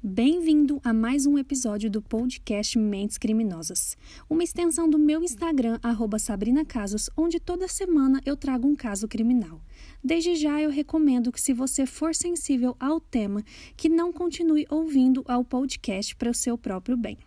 Bem-vindo a mais um episódio do podcast Mentes Criminosas, uma extensão do meu Instagram, @SabrinaCasos, onde toda semana eu trago um caso criminal. Desde já eu recomendo que, se você for sensível ao tema, que não continue ouvindo ao podcast para o seu próprio bem.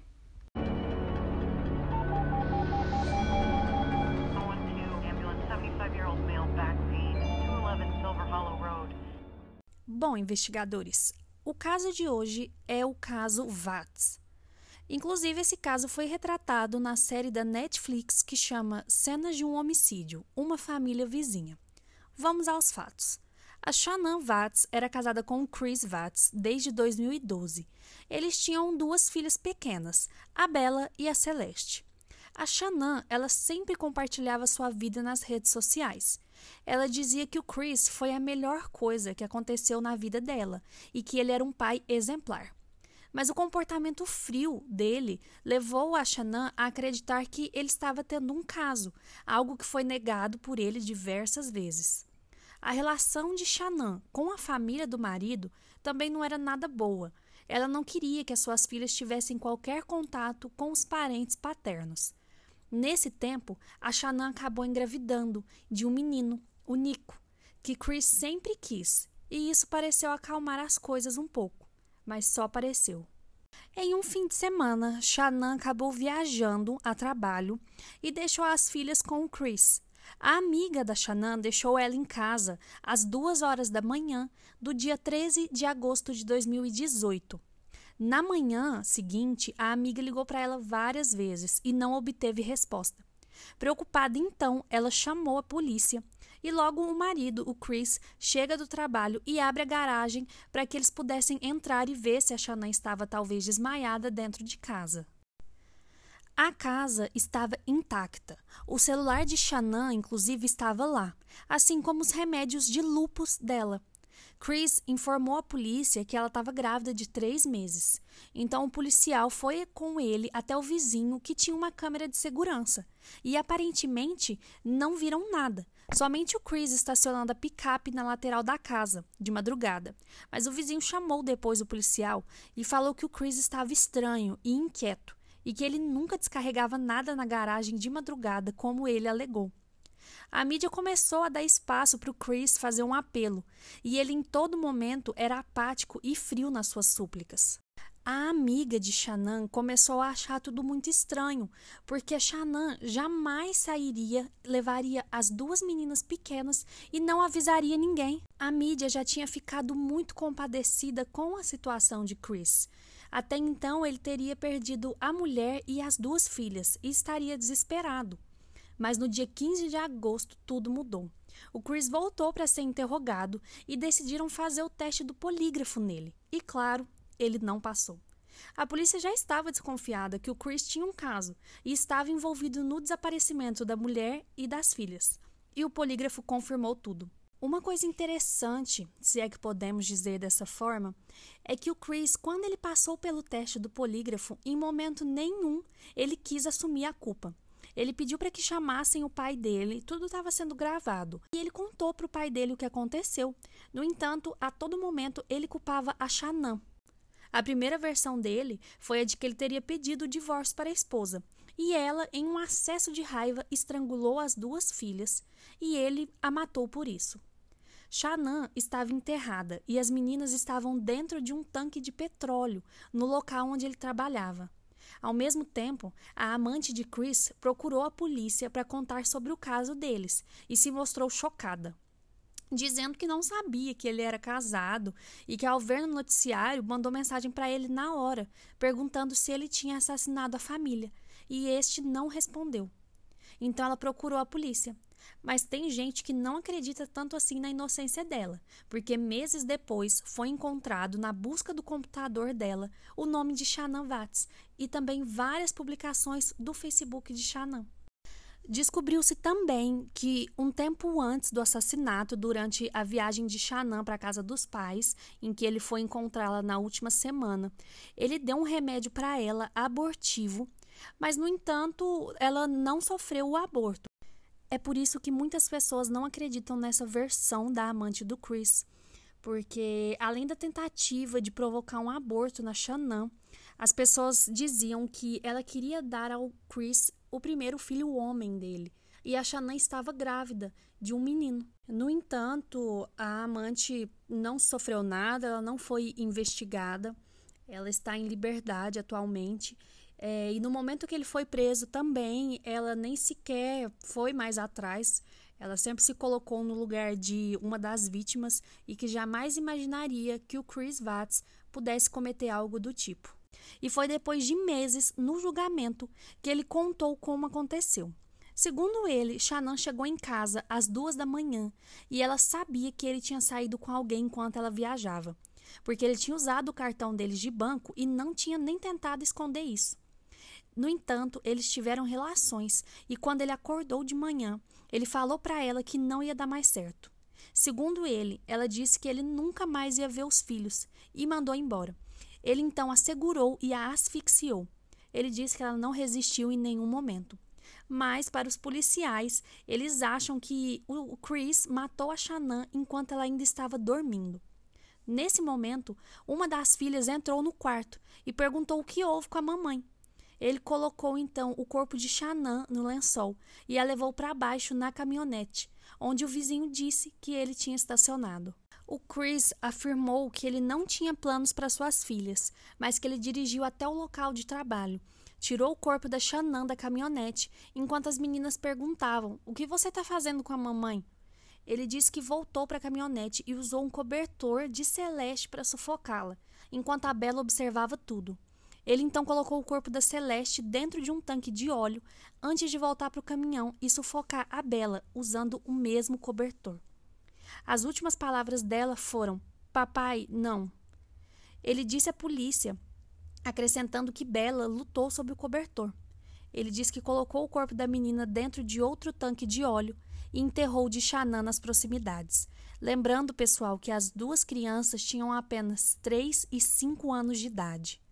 Bom, investigadores, o caso de hoje é o caso Watts. Inclusive, esse caso foi retratado na série da Netflix que chama Cenas de um Homicídio, Uma Família Vizinha. Vamos aos fatos. A Shannon Watts era casada com o Chris Watts desde 2012. Eles tinham duas filhas pequenas, a Bella e a Celeste. A Shannon, ela sempre compartilhava sua vida nas redes sociais. Ela dizia que o Chris foi a melhor coisa que aconteceu na vida dela e que ele era um pai exemplar. Mas o comportamento frio dele levou a Shannon a acreditar que ele estava tendo um caso, algo que foi negado por ele diversas vezes. A relação de Shannon com a família do marido também não era nada boa. Ela não queria que as suas filhas tivessem qualquer contato com os parentes paternos. Nesse tempo, a Shannon acabou engravidando de um menino, o Nico, que Chris sempre quis, e isso pareceu acalmar as coisas um pouco, mas só pareceu. Em um fim de semana, Shannon acabou viajando a trabalho e deixou as filhas com o Chris. A amiga da Shannon deixou ela em casa às 2h da manhã do dia 13 de agosto de 2018. Na manhã seguinte, a amiga ligou para ela várias vezes e não obteve resposta. Preocupada, então, ela chamou a polícia e logo o marido, o Chris, chega do trabalho e abre a garagem para que eles pudessem entrar e ver se a Shannon estava talvez desmaiada dentro de casa. A casa estava intacta. O celular de Shannon, inclusive, estava lá, assim como os remédios de lúpus dela. Chris informou à polícia que ela estava grávida de 3 meses. Então o policial foi com ele até o vizinho, que tinha uma câmera de segurança. E aparentemente não viram nada. Somente o Chris estacionando a picape na lateral da casa, de madrugada. Mas o vizinho chamou depois o policial e falou que o Chris estava estranho e inquieto, e que ele nunca descarregava nada na garagem de madrugada, como ele alegou. A mídia começou a dar espaço para o Chris fazer um apelo, e ele em todo momento era apático e frio nas suas súplicas. A amiga de Shannon começou a achar tudo muito estranho, porque a Shannon jamais sairia, levaria as 2 meninas pequenas e não avisaria ninguém. A mídia já tinha ficado muito compadecida com a situação de Chris. Até então ele teria perdido a mulher e as 2 filhas e estaria desesperado. Mas no dia 15 de agosto tudo mudou. O Chris voltou para ser interrogado e decidiram fazer o teste do polígrafo nele. E claro, ele não passou. A polícia já estava desconfiada que o Chris tinha um caso e estava envolvido no desaparecimento da mulher e das filhas. E o polígrafo confirmou tudo. Uma coisa interessante, se é que podemos dizer dessa forma, é que o Chris, quando ele passou pelo teste do polígrafo, em momento nenhum ele quis assumir a culpa. Ele pediu para que chamassem o pai dele, tudo estava sendo gravado. E ele contou para o pai dele o que aconteceu. No entanto, a todo momento ele culpava a Shannon. A primeira versão dele foi a de que ele teria pedido o divórcio para a esposa. E ela, em um acesso de raiva, estrangulou as 2 filhas e ele a matou por isso. Shannon estava enterrada e as meninas estavam dentro de um tanque de petróleo no local onde ele trabalhava. Ao mesmo tempo, a amante de Chris procurou a polícia para contar sobre o caso deles e se mostrou chocada, dizendo que não sabia que ele era casado e que, ao ver no noticiário, mandou mensagem para ele na hora, perguntando se ele tinha assassinado a família, e este não respondeu. Então ela procurou a polícia. Mas tem gente que não acredita tanto assim na inocência dela, porque meses depois foi encontrado na busca do computador dela o nome de Shannon Watts e também várias publicações do Facebook de Shannon. Descobriu-se também que, um tempo antes do assassinato, durante a viagem de Shannon para a casa dos pais, em que ele foi encontrá-la na última semana, ele deu um remédio para ela abortivo, mas, no entanto, ela não sofreu o aborto. É por isso que muitas pessoas não acreditam nessa versão da amante do Chris, porque além da tentativa de provocar um aborto na Shannon, as pessoas diziam que ela queria dar ao Chris o primeiro filho homem dele, e a Shannon estava grávida de um menino. No entanto, a amante não sofreu nada, ela não foi investigada, ela está em liberdade atualmente. E no momento que ele foi preso também, ela nem sequer foi mais atrás. Ela sempre se colocou no lugar de uma das vítimas e que jamais imaginaria que o Chris Watts pudesse cometer algo do tipo. E foi depois de meses, no julgamento, que ele contou como aconteceu. Segundo ele, Shannon chegou em casa às 2 da manhã e ela sabia que ele tinha saído com alguém enquanto ela viajava, porque ele tinha usado o cartão deles de banco e não tinha nem tentado esconder isso. No entanto, eles tiveram relações e quando ele acordou de manhã, ele falou para ela que não ia dar mais certo. Segundo ele, ela disse que ele nunca mais ia ver os filhos e mandou embora. Ele então a segurou e a asfixiou. Ele disse que ela não resistiu em nenhum momento. Mas, para os policiais, eles acham que o Chris matou a Shannon enquanto ela ainda estava dormindo. Nesse momento, uma das filhas entrou no quarto e perguntou o que houve com a mamãe. Ele colocou então o corpo de Shannon no lençol e a levou para baixo na caminhonete, onde o vizinho disse que ele tinha estacionado. O Chris afirmou que ele não tinha planos para suas filhas, mas que ele dirigiu até o local de trabalho, tirou o corpo da Shannon da caminhonete, enquanto as meninas perguntavam: "O que você está fazendo com a mamãe?" Ele disse que voltou para a caminhonete e usou um cobertor de Celeste para sufocá-la, enquanto a Bella observava tudo. Ele então colocou o corpo da Celeste dentro de um tanque de óleo antes de voltar para o caminhão e sufocar a Bella usando o mesmo cobertor. As últimas palavras dela foram: "Papai, não." Ele disse à polícia, acrescentando que Bella lutou sobre o cobertor. Ele disse que colocou o corpo da menina dentro de outro tanque de óleo e enterrou de Shannon nas proximidades. Lembrando, pessoal, que as duas crianças tinham apenas 3 e 5 anos de idade.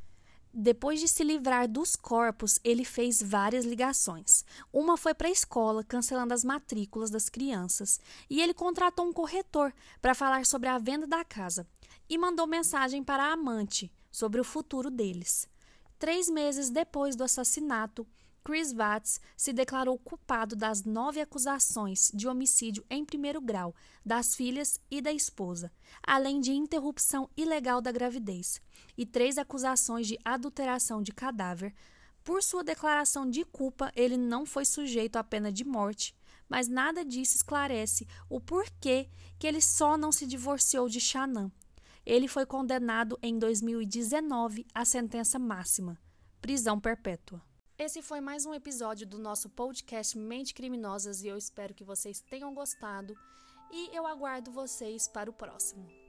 Depois de se livrar dos corpos, ele fez várias ligações. Uma foi para a escola, cancelando as matrículas das crianças, e ele contratou um corretor para falar sobre a venda da casa e mandou mensagem para a amante sobre o futuro deles. 3 meses depois do assassinato, Chris Watts se declarou culpado das 9 acusações de homicídio em primeiro grau das filhas e da esposa, além de interrupção ilegal da gravidez, e 3 acusações de adulteração de cadáver. Por sua declaração de culpa, ele não foi sujeito à pena de morte, mas nada disso esclarece o porquê que ele só não se divorciou de Shannon. Ele foi condenado em 2019 à sentença máxima, prisão perpétua. Esse foi mais um episódio do nosso podcast Mente Criminosas e eu espero que vocês tenham gostado e eu aguardo vocês para o próximo.